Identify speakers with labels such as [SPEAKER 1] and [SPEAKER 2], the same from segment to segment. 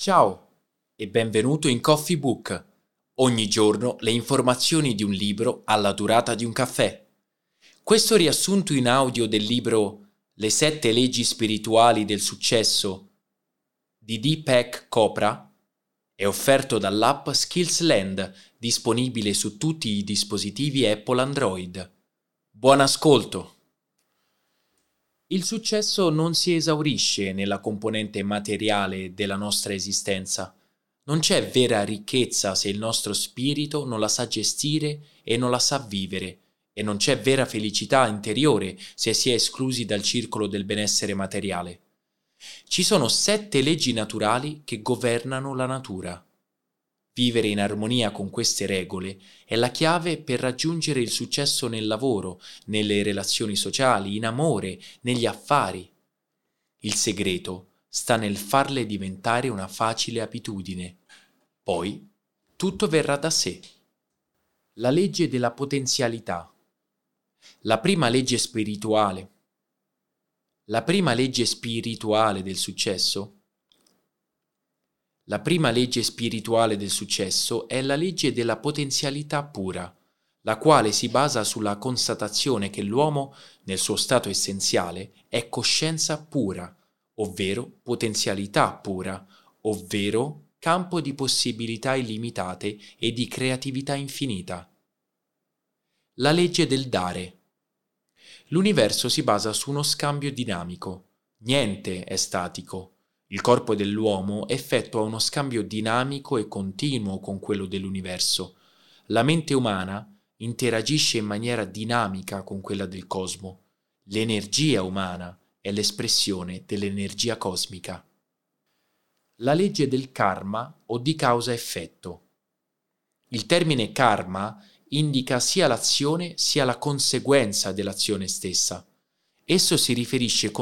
[SPEAKER 1] Ciao e benvenuto in Coffee Book. Ogni giorno le informazioni di un libro alla durata di un caffè. Questo riassunto in audio del libro Le 7 leggi spirituali del successo di Deepak Chopra è offerto dall'app Skillsland, disponibile su tutti i dispositivi Apple Android. Buon ascolto! Il successo non si esaurisce nella componente materiale della nostra esistenza. Non c'è vera ricchezza se il nostro spirito non la sa gestire e non la sa vivere, e non c'è vera felicità interiore se si è esclusi dal circolo del benessere materiale. Ci sono 7 leggi naturali che governano la natura. Vivere in armonia con queste regole è la chiave per raggiungere il successo nel lavoro, nelle relazioni sociali, in amore, negli affari. Il segreto sta nel farle diventare una facile abitudine. Poi tutto verrà da sé. La legge della potenzialità. La prima legge spirituale del successo. La prima legge spirituale del successo è la legge della potenzialità pura, la quale si basa sulla constatazione che l'uomo, nel suo stato essenziale, è coscienza pura, ovvero potenzialità pura, ovvero campo di possibilità illimitate e di creatività infinita. La legge del dare. L'universo si basa su uno scambio dinamico. Niente è statico. Il corpo dell'uomo effettua uno scambio dinamico e continuo con quello dell'universo. La mente umana interagisce in maniera dinamica con quella del cosmo. L'energia umana è l'espressione dell'energia cosmica. La legge del karma o di causa-effetto. Il termine karma indica sia l'azione sia la conseguenza dell'azione stessa. Esso si riferisce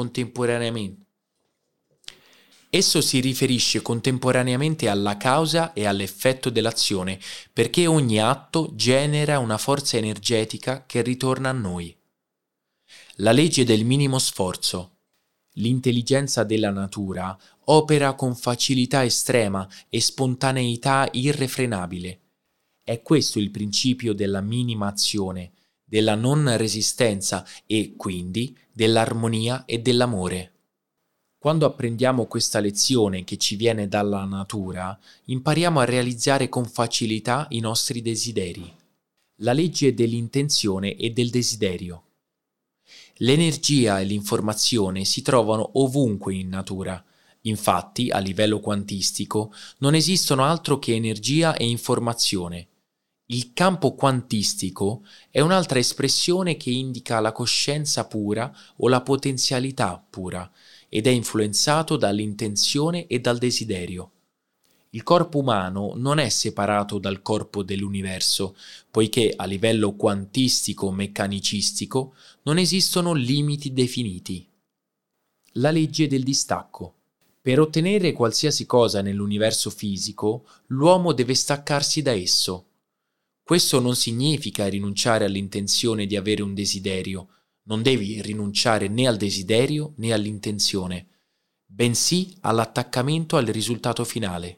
[SPEAKER 1] contemporaneamente alla causa e all'effetto dell'azione, perché ogni atto genera una forza energetica che ritorna a noi. La legge del minimo sforzo. L'intelligenza della natura opera con facilità estrema e spontaneità irrefrenabile. È questo il principio della minima azione, della non resistenza e, quindi, dell'armonia e dell'amore. Quando apprendiamo questa lezione che ci viene dalla natura, impariamo a realizzare con facilità i nostri desideri. La legge dell'intenzione e del desiderio. L'energia e l'informazione si trovano ovunque in natura. Infatti, a livello quantistico, non esistono altro che energia e informazione. Il campo quantistico è un'altra espressione che indica la coscienza pura o la potenzialità pura, ed è influenzato dall'intenzione e dal desiderio. Il corpo umano non è separato dal corpo dell'universo, poiché a livello quantistico-meccanicistico non esistono limiti definiti. La legge del distacco. Per ottenere qualsiasi cosa nell'universo fisico, l'uomo deve staccarsi da esso. Questo non significa rinunciare all'intenzione di avere un desiderio. Non devi rinunciare né al desiderio né all'intenzione, bensì all'attaccamento al risultato finale.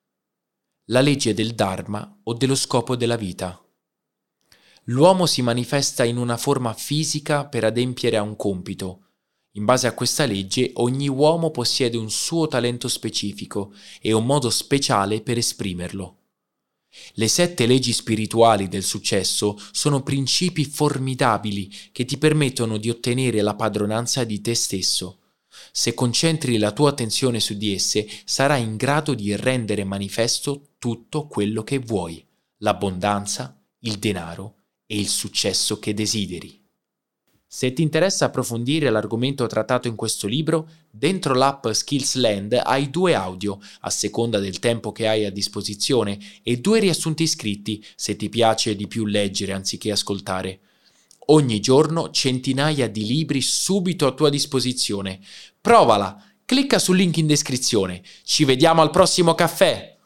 [SPEAKER 1] La legge del Dharma o dello scopo della vita. L'uomo si manifesta in una forma fisica per adempiere a un compito. In base a questa legge, ogni uomo possiede un suo talento specifico e un modo speciale per esprimerlo. Le 7 leggi spirituali del successo sono principi formidabili che ti permettono di ottenere la padronanza di te stesso. Se concentri la tua attenzione su di esse, sarai in grado di rendere manifesto tutto quello che vuoi, l'abbondanza, il denaro e il successo che desideri. Se ti interessa approfondire l'argomento trattato in questo libro, dentro l'app Skillsland hai 2 audio, a seconda del tempo che hai a disposizione, e 2 riassunti scritti, se ti piace di più leggere anziché ascoltare. Ogni giorno centinaia di libri subito a tua disposizione. Provala! Clicca sul link in descrizione. Ci vediamo al prossimo caffè!